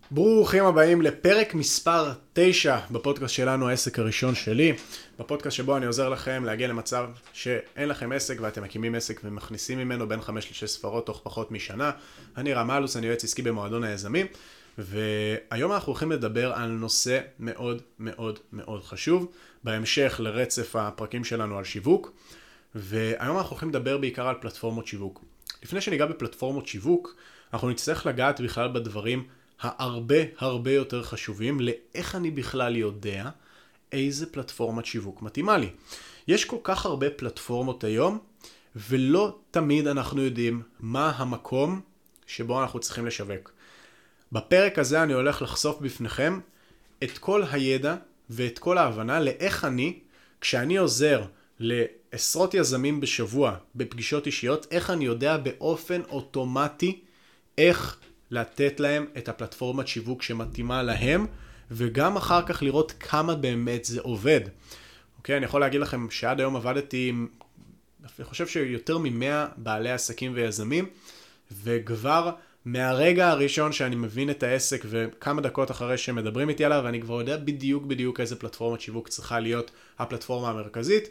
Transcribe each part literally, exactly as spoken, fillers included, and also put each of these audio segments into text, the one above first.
ברוכים הבאים לפרק מספר תשע בפודקאסט שלנו, העסק הראשון שלי. בפודקאסט שבו אני עוזר לכם להגיע למצב שאין לכם עסק ואתם מקימים עסק ומכניסים ממנו בין חמש לשש ספרות תוך פחות משנה. אני רם אלוס, אני יועץ עסקי במועדון היזמים, והיום אנחנו הולכים לדבר על נושא מאוד מאוד מאוד חשוב, בהמשך לרצף הפרקים שלנו על שיווק, והיום אנחנו הולכים לדבר בעיקר על פלטפורמות שיווק. לפני שניגע בפלטפורמות שיווק, אנחנו נצטרך לגעת בכלל בדברים הרבה הרבה יותר חשובים לאיך אני בכלל יודע איזה פלטפורמת שיווק מתאימה לי. יש כל כך הרבה פלטפורמות היום, ולא תמיד אנחנו יודעים מה המקום שבו אנחנו צריכים לשווק. בפרק הזה אני הולך לחשוף בפניכם את כל הידע ואת כל ההבנה לאיך אני, כשאני עוזר לעשרות יזמים בשבוע בפגישות אישיות, איך אני יודע באופן אוטומטי איך לתת להם את הפלטפורמת שיווק שמתאימה להם, וגם אחר כך לראות כמה באמת זה עובד. אוקיי, אני יכול להגיד לכם שעד היום עבדתי עם, אני חושב שיותר ממאה בעלי עסקים ויזמים, וכבר מהרגע הראשון שאני מבין את העסק, וכמה דקות אחרי שמדברים איתי עליו, אני כבר יודע בדיוק בדיוק איזה פלטפורמת שיווק צריכה להיות הפלטפורמה המרכזית,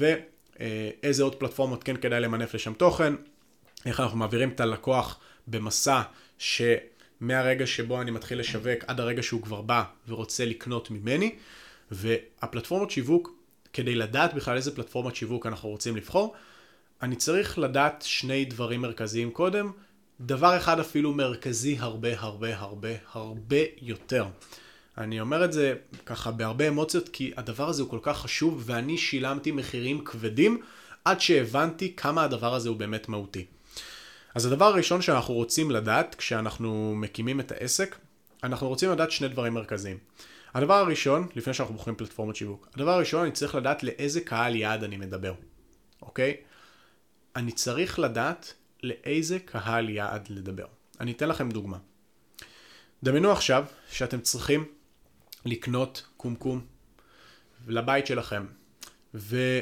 ואיזה עוד פלטפורמות כן כדאי למנף לשם תוכן, איך אנחנו מעבירים את הלקוח במסע שמהרגע שבו אני מתחיל לשווק עד הרגע שהוא כבר בא ורוצה לקנות ממני. והפלטפורמות שיווק, כדי לדעת בכלל איזה פלטפורמת שיווק אנחנו רוצים לבחור, אני צריך לדעת שני דברים מרכזיים קודם. דבר אחד אפילו מרכזי הרבה הרבה הרבה הרבה יותר. אני אומר את זה ככה בהרבה אמוציות, כי הדבר הזה הוא כל כך חשוב, ואני שילמתי מחירים כבדים עד שהבנתי כמה הדבר הזה הוא באמת מהותי. אז הדבר הראשון שאנחנו רוצים לדעת כשאנחנו מקימים את העסק, אנחנו רוצים לדעת שני דברים מרכזיים. הדבר הראשון, לפני שאנחנו בוחרים פלטפורמת שיווק, הדבר הראשון, אני צריך לדעת לאיזה קהל יעד אני מדבר. אוקיי? אני צריך לדעת לאיזה קהל יעד לדבר. אני אתן לכם דוגמה. דמיינו עכשיו שאתם צריכים לקנות קומקום לבית שלכם, ו...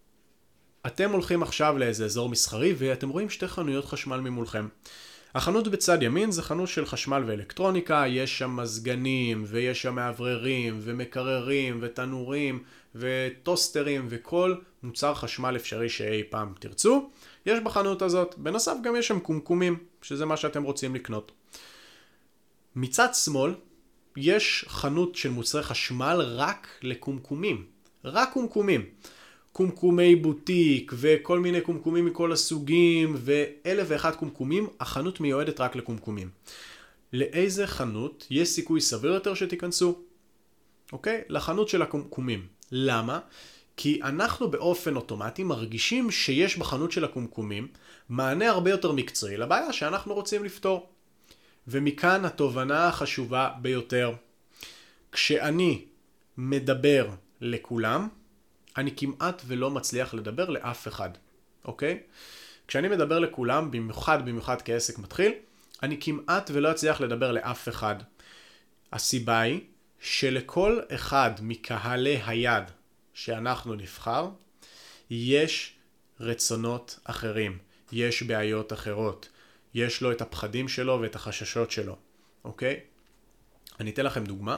אתם הולכים עכשיו לאיזה אזור מסחרי, ואתם רואים שתי חנויות חשמל ממולכם. החנות בצד ימין זה חנות של חשמל ואלקטרוניקה, יש שם מזגנים, ויש שם מאווררים, ומקררים, ותנורים, וטוסטרים, וכל מוצר חשמל אפשרי שאי פעם תרצו. יש בחנות הזאת. בנוסף גם יש שם קומקומים, שזה מה שאתם רוצים לקנות. מצד שמאל, יש חנות של מוצרי חשמל רק לקומקומים. רק קומקומים. קומקומי בוטיק וכל מיני קומקומים מכל הסוגים ואלף ואחד קומקומים, החנות מיועדת רק לקומקומים. לאיזה חנות יש סיכוי סביר יותר שתיכנסו? אוקיי? לחנות של הקומקומים. למה? כי אנחנו באופן אוטומטי מרגישים שיש בחנות של הקומקומים מענה הרבה יותר מקצועי לבעיה שאנחנו רוצים לפתור. ומכאן התובנה החשובה ביותר. כשאני מדבר לכולם, אני כמעט ולא מצליח לדבר לאף אחד, אוקיי? כשאני מדבר לכולם, במיוחד במיוחד כעסק מתחיל, אני כמעט ולא אצליח לדבר לאף אחד. הסיבה היא שלכל אחד מקהלי היד שאנחנו נבחר, יש רצונות אחרים, יש בעיות אחרות, יש לו את הפחדים שלו ואת החששות שלו, אוקיי? אני אתן לכם דוגמה.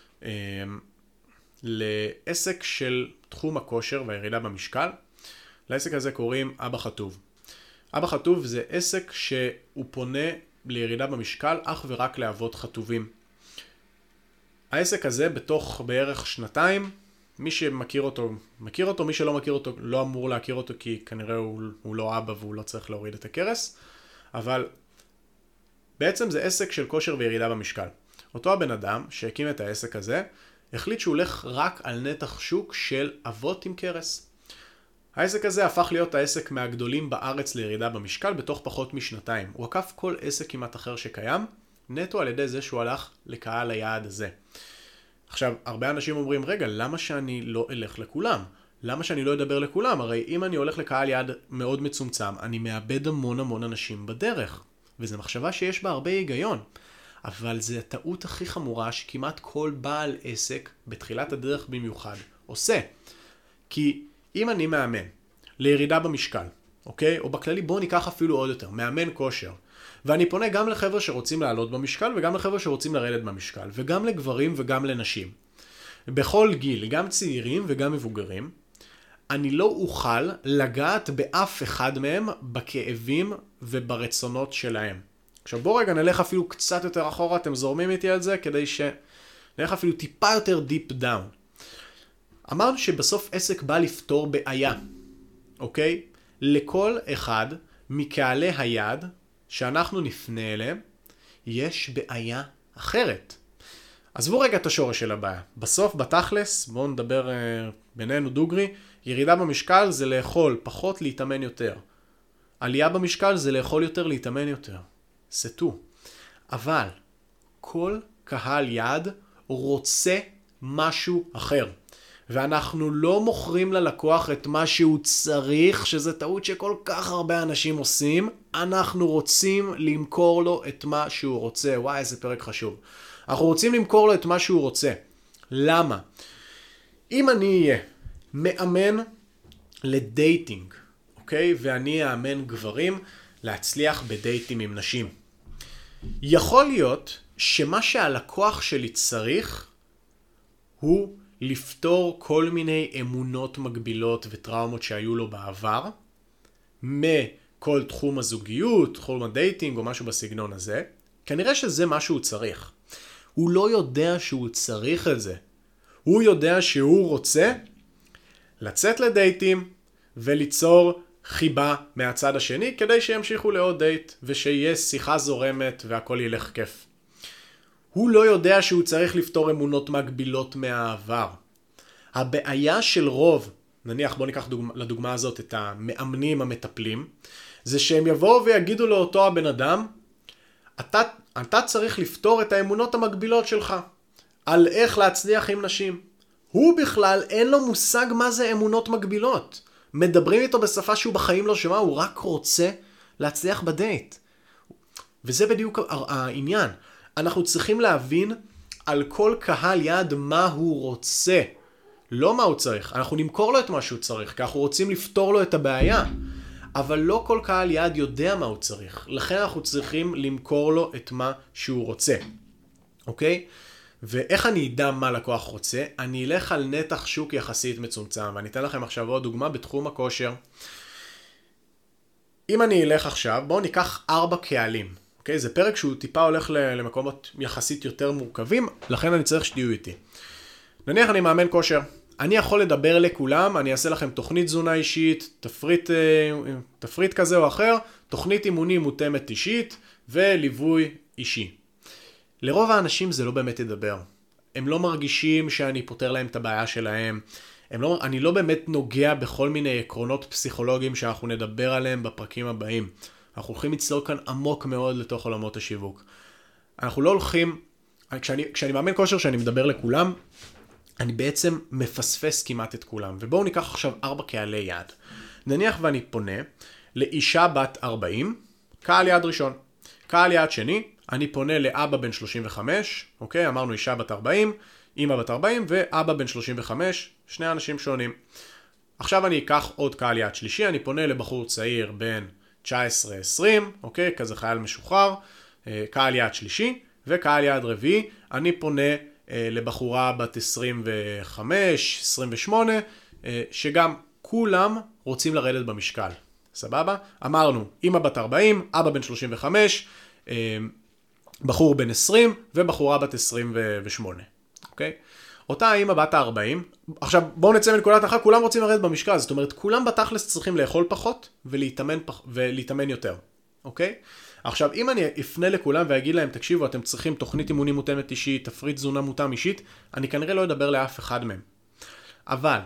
לעסק של תחום הכושר והירידה במשקל. לעסק הזה קוראים אבא חטוב. אבא חטוב זה עסק שהוא פונה לירידה במשקל אך ורק לאבות חטובים. העסק הזה בתוך בערך שנתיים, מי שמכיר אותו, מכיר אותו, מי שלא מכיר אותו לא אמור להכיר אותו, כי כנראה הוא, הוא לא אבא והוא לא צריך להוריד את הכרס, אבל בעצם זה עסק של כושר וירידה במשקל. אותו הבן אדם שהקים את העסק הזה, החליט שהוא הולך רק על נתח שוק של אבות עם קרס. העסק הזה הפך להיות העסק מהגדולים בארץ לירידה במשקל בתוך פחות משנתיים. הוא עקף כל עסק כמעט אחר שקיים, נטו על ידי זה שהוא הלך לקהל היעד הזה. עכשיו, הרבה אנשים אומרים, רגע, למה שאני לא אלך לכולם? למה שאני לא אדבר לכולם? הרי אם אני הולך לקהל יעד מאוד מצומצם, אני מאבד המון המון אנשים בדרך. וזו מחשבה שיש בה הרבה היגיון. אבל זה הטעות הכי חמורה שכמעט כל בעל עסק, בתחילת הדרך במיוחד, עושה. כי אם אני מאמן לירידה במשקל, אוקיי? או בכללי בואו ניקח אפילו עוד יותר, מאמן כושר, ואני פונה גם לחבר'ה שרוצים לעלות במשקל, וגם לחבר'ה שרוצים לרדת במשקל, וגם לגברים וגם לנשים. בכל גיל, גם צעירים וגם מבוגרים, אני לא אוכל לגעת באף אחד מהם בכאבים וברצונות שלהם. עכשיו בואו רגע נלך אפילו קצת יותר אחורה, אתם זורמים איתי על זה, כדי שנלך אפילו טיפה יותר דיפ דאון. אמרנו שבסוף עסק בא לפתור בעיה, אוקיי? לכל אחד מקהלי היעד שאנחנו נפנה אליהם, יש בעיה אחרת. עזבו רגע את השורש של הבעיה. בסוף, בתכלס, בואו נדבר uh, בינינו דוגרי, ירידה במשקל זה לאכול פחות, להתאמן יותר. עלייה במשקל זה לאכול יותר, להתאמן יותר. סטו. אבל כל קהל יעד רוצה משהו אחר. ואנחנו לא מוכרים ללקוח את מה שהוא צריך, שזה טעות שכל כך הרבה אנשים עושים. אנחנו רוצים למכור לו את מה שהוא רוצה. וואי, איזה פרק חשוב. אנחנו רוצים למכור לו את מה שהוא רוצה. למה? אם אני אהיה מאמן לדייטינג, אוקיי? ואני אאמן גברים להצליח בדייטים עם נשים. יכול להיות שמה שהלקוח שלי צריך הוא לפתור כל מיני אמונות מגבילות וטראומות שהיו לו בעבר, מכל תחום הזוגיות, תחום הדייטינג או משהו בסגנון הזה. כנראה שזה מה שהוא צריך. הוא לא יודע שהוא צריך את זה. הוא יודע שהוא רוצה לצאת לדייטים וליצור חיבה מהצד השני, כדי שימשיכו לעוד דייט ושיהיה שיחה זורמת והכל ילך כיף. הוא לא יודע שהוא צריך לפתור אמונות מגבילות מהעבר. הבעיה של רוב, נניח בוא ניקח דוגמה, לדוגמה הזאת את המאמנים המטפלים, זה שהם יבואו ויגידו לאותו הבן אדם, אתה, אתה צריך לפתור את האמונות המגבילות שלך, על איך להצליח עם נשים. הוא בכלל אין לו מושג מה זה אמונות מגבילות. מדברים איתו בשפה שהוא בחיים לא שמע, הוא רק רוצה להצליח בדייט. וזה בדיוק העניין. אנחנו צריכים להבין על כל קהל יעד מה הוא רוצה. לא מה הוא צריך. אנחנו נמכור לו את מה שהוא צריך, כי אנחנו רוצים לפתור לו את הבעיה. אבל לא כל קהל יעד יודע מה הוא צריך. לכן אנחנו צריכים למכור לו את מה שהוא רוצה. אוקיי? ואיך אני אדע מה לקוח רוצה? אני אלך על נתח שוק יחסית מצומצם. ואני אתן לכם עכשיו עוד דוגמה בתחום הכושר. אם אני אלך עכשיו, בואו ניקח ארבע קהלים. אוקיי? זה פרק שהוא טיפה הולך למקומות יחסית יותר מורכבים, לכן אני צריך שתהיו איתי. נניח אני מאמן כושר. אני יכול לדבר לכולם, אני אעשה לכם תוכנית תזונה אישית, תפריט, תפריט כזה או אחר, תוכנית אימונים מותאמת אישית וליווי אישי. לרוב האנשים זה לא באמת ידבר. הם לא מרגישים שאני פותר להם את הבעיה שלהם. הם לא, אני לא באמת נוגע בכל מיני עקרונות פסיכולוגיים שאנחנו נדבר עליהם בפרקים הבאים. אנחנו הולכים לצלול כאן עמוק מאוד לתוך עולמות השיווק. אנחנו לא הולכים, כשאני, כשאני מאמן כושר שאני מדבר לכולם, אני בעצם מפספס כמעט את כולם. ובואו ניקח עכשיו ארבע קהלי יעד. נניח ואני פונה לאישה בת ארבעים, קהל יעד ראשון. קהל יעד שני, אני פונה לאבא בן שלושים וחמש, אוקיי? אמרנו אישה בת ארבעים, אמא בת ארבעים ואבא בן שלושים וחמש, שני אנשים שונים. עכשיו אני אקח עוד קהל יעד שלישי, אני פונה לבחור צעיר בין תשע עשרה עשרים, אוקיי? כזה חייל משוחרר, קהל יעד שלישי, וקהל יעד רביעי, אני פונה לבחורה בת עשרים וחמש, עשרים ושמונה, שגם כולם רוצים לרדת במשקל. סבבה? אמרנו, אמא בת ארבעים, אבא בן שלושים וחמש, בחור בן עשרים ובחורה בת עשרים ושמונה. אוקיי? אותה אמא בת ארבעים, עכשיו בואו נצא מנקודת הנחה, כולם רוצים לרדת במשקל, זאת אומרת, כולם בתכלס צריכים לאכול פחות ולהתאמן, פח, ולהתאמן יותר. אוקיי? עכשיו, אם אני אפנה לכולם ואגיד להם, תקשיבו, אתם צריכים תוכנית אימונים מותאמת אישית, תפריט תזונה מותאם אישית, אני כנראה לא אדבר לאף אחד מהם. אבל,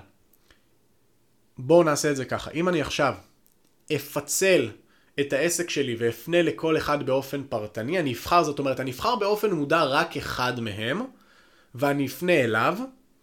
בואו נעשה את זה ככה. אם אני עכשיו אפצל את העסק שלי ואפנה לכל אחד באופן פרטני, אני אבחר, זאת אומרת, אני אבחר באופן מודע רק אחד מהם, ואני אפנה אליו,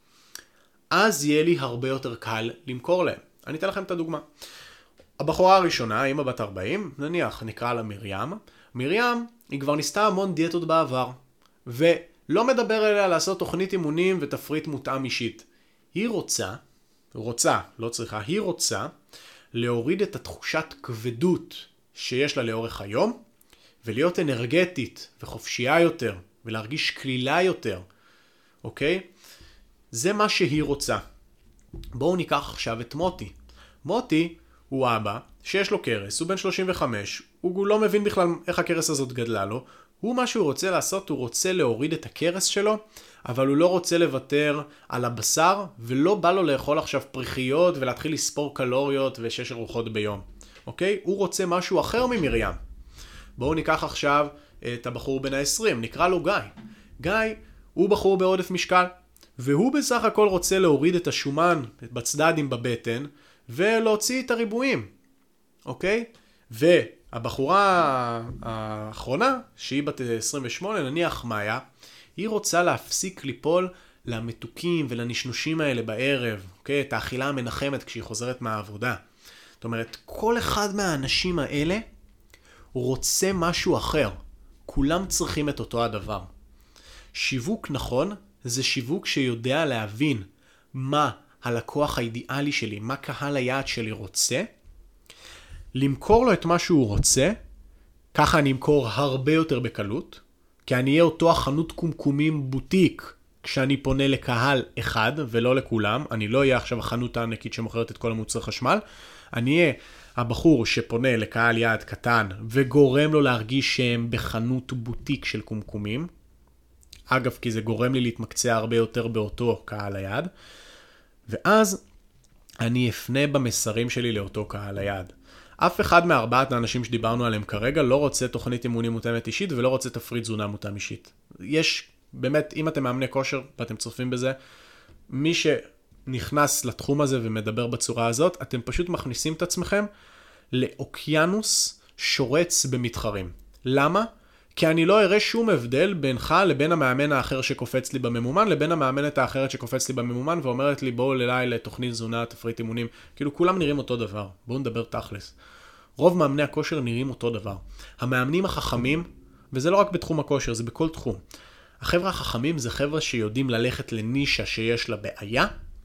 אז יהיה לי הרבה יותר קל למכור להם. אני אתן לכם את הדוגמה. הבחורה הראשונה, אמא בת ארבעים, נניח נקרא לה מרים. מרים היא כבר ניסתה המון דיאטות בעבר, ולא מדבר אליה לעשות תוכנית אימונים ותפריט מותאם אישית. היא רוצה, רוצה, לא צריכה, היא רוצה להוריד את התחושת כבדות שיש לה לאורך היום, ולהיות אנרגטית וחופשייה יותר, ולהרגיש כלילה יותר, אוקיי? זה מה שהיא רוצה. בואו ניקח עכשיו את מוטי. מוטי הוא אבא שיש לו קרס, הוא בן שלושים וחמש, הוא לא מבין בכלל איך הקרס הזאת גדלה לו, הוא מה שהוא רוצה לעשות, הוא רוצה להוריד את הקרס שלו, אבל הוא לא רוצה לוותר על הבשר, ולא בא לו לאכול עכשיו פריחיות ולהתחיל לספור קלוריות ושש ארוחות ביום. אוקיי? הוא רוצה משהו אחר ממרים. בואו ניקח עכשיו את הבחור בן ה-עשרים, נקרא לו גיא. גיא הוא בחור בעודף משקל, והוא בסך הכל רוצה להוריד את השומן בצדדים בבטן, ולהוציא את הריבועים. אוקיי? והבחורה האחרונה, שהיא בת עשרים ושמונה, נניח מאיה, היא רוצה להפסיק ליפול למתוקים ולנשנושים האלה בערב, אוקיי? את האכילה המנחמת כשהיא חוזרת מהעבודה. זאת אומרת, כל אחד מהאנשים האלה רוצה משהו אחר. כולם צריכים את אותו הדבר. שיווק נכון זה שיווק שיודע להבין מה הלקוח האידיאלי שלי, מה קהל היעד שלי רוצה, למכור לו את מה שהוא רוצה, ככה אני אמכור הרבה יותר בקלות, כי אני אהיה אותו החנות קומקומים בוטיק כשאני פונה לקהל אחד ולא לכולם, אני לא אהיה עכשיו החנות הענקית שמוכרת את כל המוצרי חשמל, אני אהיה הבחור שפונה לקהל יעד קטן וגורם לו להרגיש שהם בחנות בוטיק של קומקומים, אגב כי זה גורם לי להתמקצע הרבה יותר באותו קהל היעד, ואז אני אפנה במסרים שלי לאותו קהל היעד. אף אחד מארבעת האנשים שדיברנו עליהם כרגע לא רוצה תוכנית אימונים מותאמת אישית ולא רוצה תפריט תזונה מותאם אישית. יש, באמת, אם אתם מאמני כושר ואתם צופים בזה, מי שנכנס לתחום הזה ומדבר בצורה הזאת, אתם פשוט מכניסים את עצמכם לאוקיינוס שורץ במתחרים. למה? כי אני לא אראה שום הבדל בינך לבין המאמן האחר שקופץ לי בממומן, לבין המאמנת האחרת שקופץ לי בממומן ואומרת לי בואו אליי לתוכנית תזונה, תפריט אימונים. כאילו כולם נראים אותו דבר. בואו נדבר תכלס. רוב מאמני הכושר נראים אותו דבר. המאמנים החכמים, וזה לא רק בתחום הכושר, זה בכל תחום. החבר'ה החכמים זה חבר'ה שיודעים ללכת לנישה שיש לה בעיה,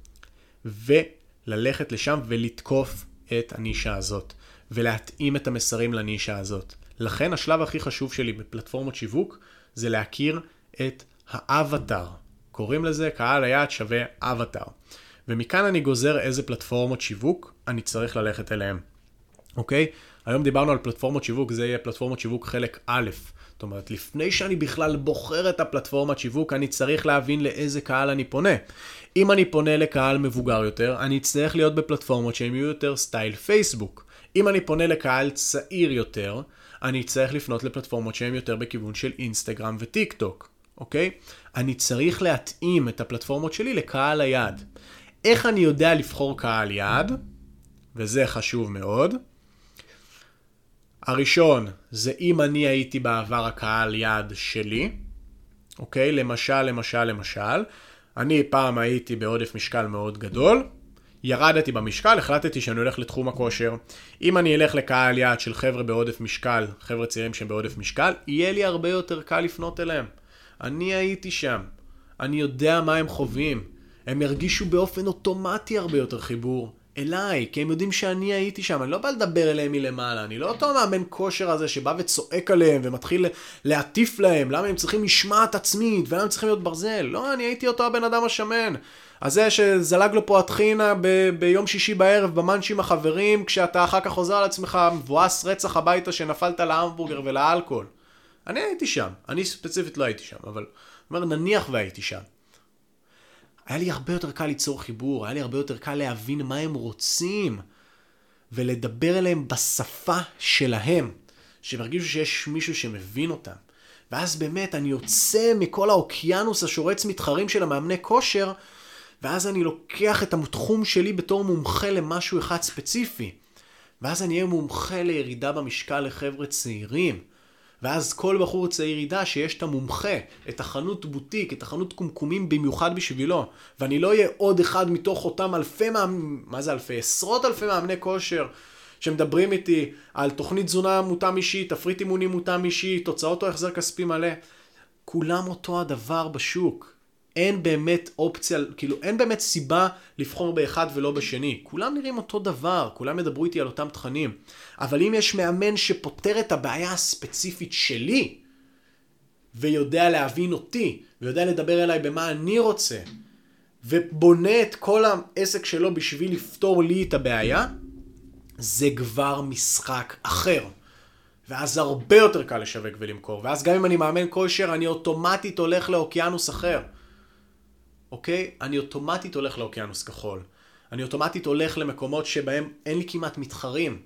וללכת לשם ולתקוף את הנישה הזאת, ולהתאים את המסרים לנישה הזאת. לכן השלב הכי חשוב שלי בפלטפורמות שיווק, זה להכיר את האבטר. קוראים לזה קהל היעד שווה אבטר. ומכאן אני גוזר איזה פלטפורמות שיווק אני צריך ללכת אליהם. אוקיי? היום דיברנו על פלטפורמות שיווק, זה יהיה פלטפורמות שיווק חלק א'. זאת אומרת, לפני שאני בכלל בוחר את הפלטפורמת שיווק, אני צריך להבין לאיזה קהל אני פונה. אם אני פונה לקהל מבוגר יותר, אני צריך להיות בפלטפורמות שהן יהיו יותר סטייל פייסבוק. אם אני פונה לקהל צעיר יותר, אני צריך לפנות לפלטפורמות שהן יותר בכיוון של אינסטגרם וטיק טוק. אוקיי? אני צריך להתאים את הפלטפורמות שלי לקהל היעד. איך אני יודע לבחור קהל יעד? וזה חשוב מאוד. הראשון זה אם אני הייתי בעבר הקהל יעד שלי, אוקיי? למשל, למשל, למשל, אני פעם הייתי בעודף משקל מאוד גדול, ירדתי במשקל, החלטתי שאני הולך לתחום הכושר. אם אני אלך לקהל יעד של חבר'ה בעודף משקל, חבר'ה צעירים שהם בעודף משקל, יהיה לי הרבה יותר קל לפנות אליהם. אני הייתי שם, אני יודע מה הם חווים, הם ירגישו באופן אוטומטי הרבה יותר חיבור אליי, כי הם יודעים שאני הייתי שם, אני לא בא לדבר אליהם מלמעלה, אני לא אותו מאמן כושר הזה שבא וצועק עליהם ומתחיל להטיף להם, למה הם צריכים משמעת עצמית, ולמה הם צריכים להיות ברזל, לא, אני הייתי אותו הבן אדם השמן, אז זה שזלג לו פה התחינה ב- ביום שישי בערב במאנץ' עם החברים, כשאתה אחר כך חוזר על עצמך מבואס רצח הביתה שנפלת להמבורגר ולאלכוהול, אני הייתי שם, אני ספציפית לא הייתי שם, אבל אומר, נניח והייתי שם. היה לי הרבה יותר קל ליצור חיבור, היה לי הרבה יותר קל להבין מה הם רוצים, ולדבר אליהם בשפה שלהם, שמרגישו שיש מישהו שמבין אותם. ואז באמת אני יוצא מכל האוקיינוס השורץ מתחרים של המאמני כושר, ואז אני לוקח את התחום שלי בתור מומחה למשהו אחד ספציפי. ואז אני אהיה מומחה לירידה במשקל לחבר'ה צעירים. ואז כל בחור צעיר ידע שיש את המומחה, את החנות בוטיק, את החנות קומקומים במיוחד בשבילו. ואני לא אהיה עוד אחד מתוך אותם אלפי מאמנים, מה זה אלפי? עשרות אלפי מאמני כושר, שמדברים איתי על תוכנית תזונה מותאם אישית, תפריט אימונים מותאם אישית, תוצאות או החזר כספי מלא. כולם אותו הדבר בשוק. אין באמת אופציה, כאילו אין באמת סיבה לבחור באחד ולא בשני. כולם נראים אותו דבר, כולם ידברו איתי על אותם תכנים. אבל אם יש מאמן שפותר את הבעיה הספציפית שלי, ויודע להבין אותי, ויודע לדבר אליי במה אני רוצה, ובונה את כל העסק שלו בשביל לפתור לי את הבעיה, זה כבר משחק אחר. ואז הרבה יותר קל לשווק ולמכור. ואז גם אם אני מאמן כושר, אני אוטומטית הולך לאוקיינוס אחר. אוקיי? אני אוטומטית הולך לאוקיינוס כחול. אני אוטומטית הולך למקומות שבהם אין לי כמעט מתחרים.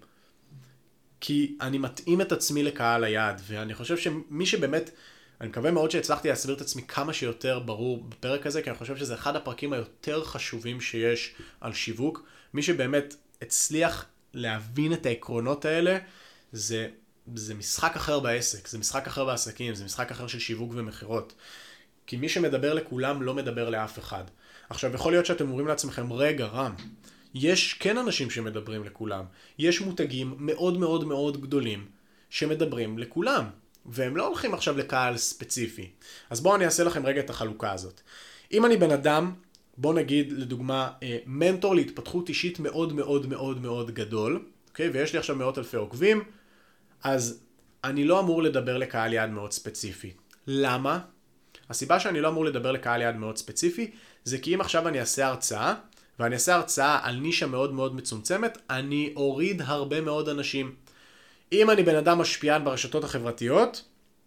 כי אני מתאים את עצמי לקהל היעד. ואני חושב שמי שבאמת, אני מקווה מאוד שהצלחתי להסביר את עצמי כמה שיותר ברור בפרק הזה, כי אני חושב שזה אחד הפרקים היותר חשובים שיש על שיווק. מי שבאמת הצליח להבין את העקרונות האלה, זה, זה משחק אחר בעסק, זה משחק אחר בעסקים, זה משחק אחר של שיווק ומחירות. כי מי שמדבר לכולם לא מדבר לאף אחד. עכשיו, יכול להיות שאתם אומרים לעצמכם, רגע, רם, יש כן אנשים שמדברים לכולם. יש מותגים מאוד מאוד מאוד גדולים שמדברים לכולם. והם לא הולכים עכשיו לקהל ספציפי. אז בואו אני אעשה לכם רגע את החלוקה הזאת. אם אני בן אדם, בואו נגיד לדוגמה, מנטור להתפתחות אישית מאוד מאוד מאוד מאוד גדול, אוקיי? ויש לי עכשיו מאות אלפי עוקבים, אז אני לא אמור לדבר לקהל יעד מאוד ספציפי. למה? הסיבה שאני לא אמור לדבר לקהל יעד מאוד ספציפי, זה כי אם עכשיו אני אעשה הרצאה, ואני אעשה הרצאה על נישה מאוד מאוד מצומצמת, אני אוריד הרבה מאוד אנשים. אם אני בן אדם משפיען ברשתות החברתיות,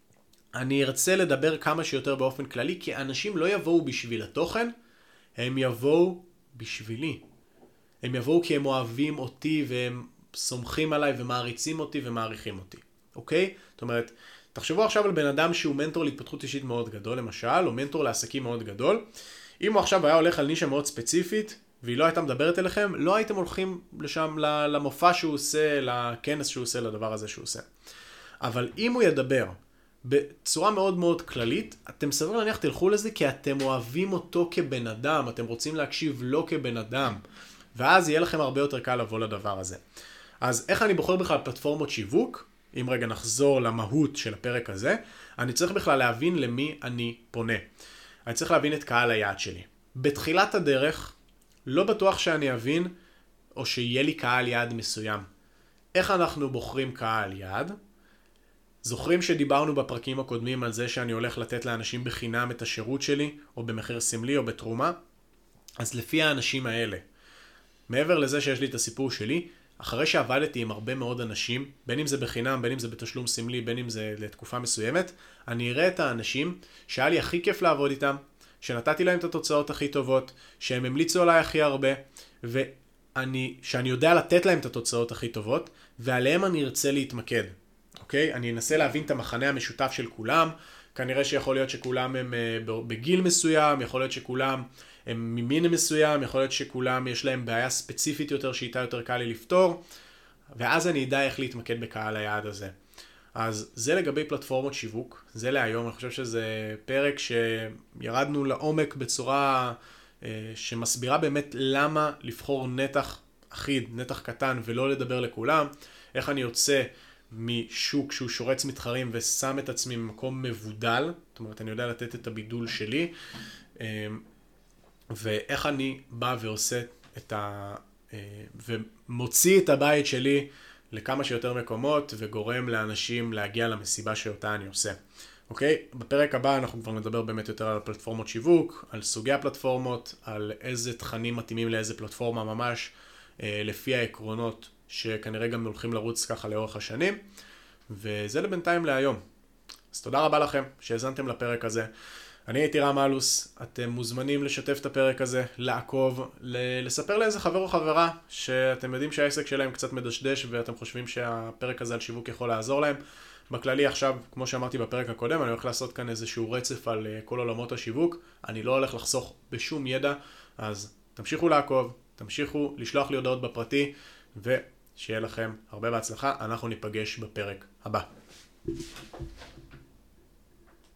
אני ארצה לדבר כמה שיותר באופן כללי, כי אנשים לא יבואו בשביל התוכן, הם יבואו בשבילי. הם יבואו כי הם אוהבים אותי, והם סומכים עליי, ומעריצים אותי, ומעריכים אותי. אוקיי? זאת אומרת, תחשבו עכשיו על בן אדם שהוא מנטור להתפתחות אישית מאוד גדול, למשל, או מנטור לעסקים מאוד גדול. אם הוא עכשיו היה הולך על נישה מאוד ספציפית, והיא לא הייתה מדברת אליכם, לא הייתם הולכים לשם למופע שהוא עושה, לכנס שהוא עושה, לדבר הזה שהוא עושה. אבל אם הוא ידבר בצורה מאוד מאוד כללית, אתם סביר להניח תלכו לזה כי אתם אוהבים אותו כבן אדם, אתם רוצים להקשיב לו כבן אדם, ואז יהיה לכם הרבה יותר קל לבוא לדבר הזה. אז איך אני בוחר בכלל פלטפורמות שיווק? אם רגע נחזור למהות של הפרק הזה, אני צריך בכלל להבין למי אני פונה. אני צריך להבין את קהל היעד שלי. בתחילת הדרך, לא בטוח שאני אבין או שיהיה לי קהל יעד מסוים. איך אנחנו בוחרים קהל יעד? זוכרים שדיברנו בפרקים הקודמים על זה שאני הולך לתת לאנשים בחינם את השירות שלי, או במחיר סמלי או בתרומה? אז לפי האנשים האלה, מעבר לזה שיש לי את הסיפור שלי, אחרי שעבדתי עם הרבה מאוד אנשים, בין אם זה בחינם, בין אם זה בתשלום סמלי, בין אם זה לתקופה מסוימת, אני אראה את האנשים שהיה לי הכי כיף לעבוד איתם, שנתתי להם את התוצאות הכי טובות, שהם המליצו עליי הכי הרבה, ואני, שאני יודע לתת להם את התוצאות הכי טובות, ועליהם אני ארצה להתמקד. אוקיי? אני אנסה להבין את המחנה המשותף של כולם, כנראה שיכול להיות שכולם הם בגיל מסוים, יכול להיות שכולם הם ממין מסוים, יכול להיות שכולם יש להם בעיה ספציפית יותר, שאיתה יותר קל לי לפתור, ואז אני אדע איך להתמקד בקהל היעד הזה. אז זה לגבי פלטפורמות שיווק, זה להיום, אני חושב שזה פרק שירדנו לעומק בצורה שמסבירה באמת למה לבחור נתח אחיד, נתח קטן ולא לדבר לכולם, איך אני יוצא משוק שהוא שורץ מתחרים ושם את עצמי במקום מבודל, זאת אומרת אני יודע לתת את הבידול שלי, ואיך אני בא ועושה את ה... ומוציא את הבית שלי לכמה שיותר מקומות וגורם לאנשים להגיע למסיבה שאותה אני עושה. אוקיי? בפרק הבא אנחנו כבר נדבר באמת יותר על פלטפורמות שיווק, על סוגי הפלטפורמות, על איזה תכנים מתאימים לאיזה פלטפורמה ממש, לפי העקרונות שכנראה גם הולכים לרוץ ככה לאורך השנים, וזה לבינתיים להיום. אז תודה רבה לכם שהאזנתם לפרק הזה. אני הייתי רם אלוס, אתם מוזמנים לשתף את הפרק הזה, לעקוב, לספר לאיזה חבר או חברה שאתם יודעים שהעסק שלהם קצת מדשדש ואתם חושבים שהפרק הזה על שיווק יכול לעזור להם. בכללי עכשיו, כמו שאמרתי בפרק הקודם, אני הולך לעשות כאן איזשהו רצף על כל עולמות השיווק, אני לא הולך לחסוך בשום ידע, אז תמשיכו לעקוב, תמשיכו לשלוח לי הודעות בפרטי, ושיהיה לכם הרבה בהצלחה, אנחנו ניפגש בפרק הבא.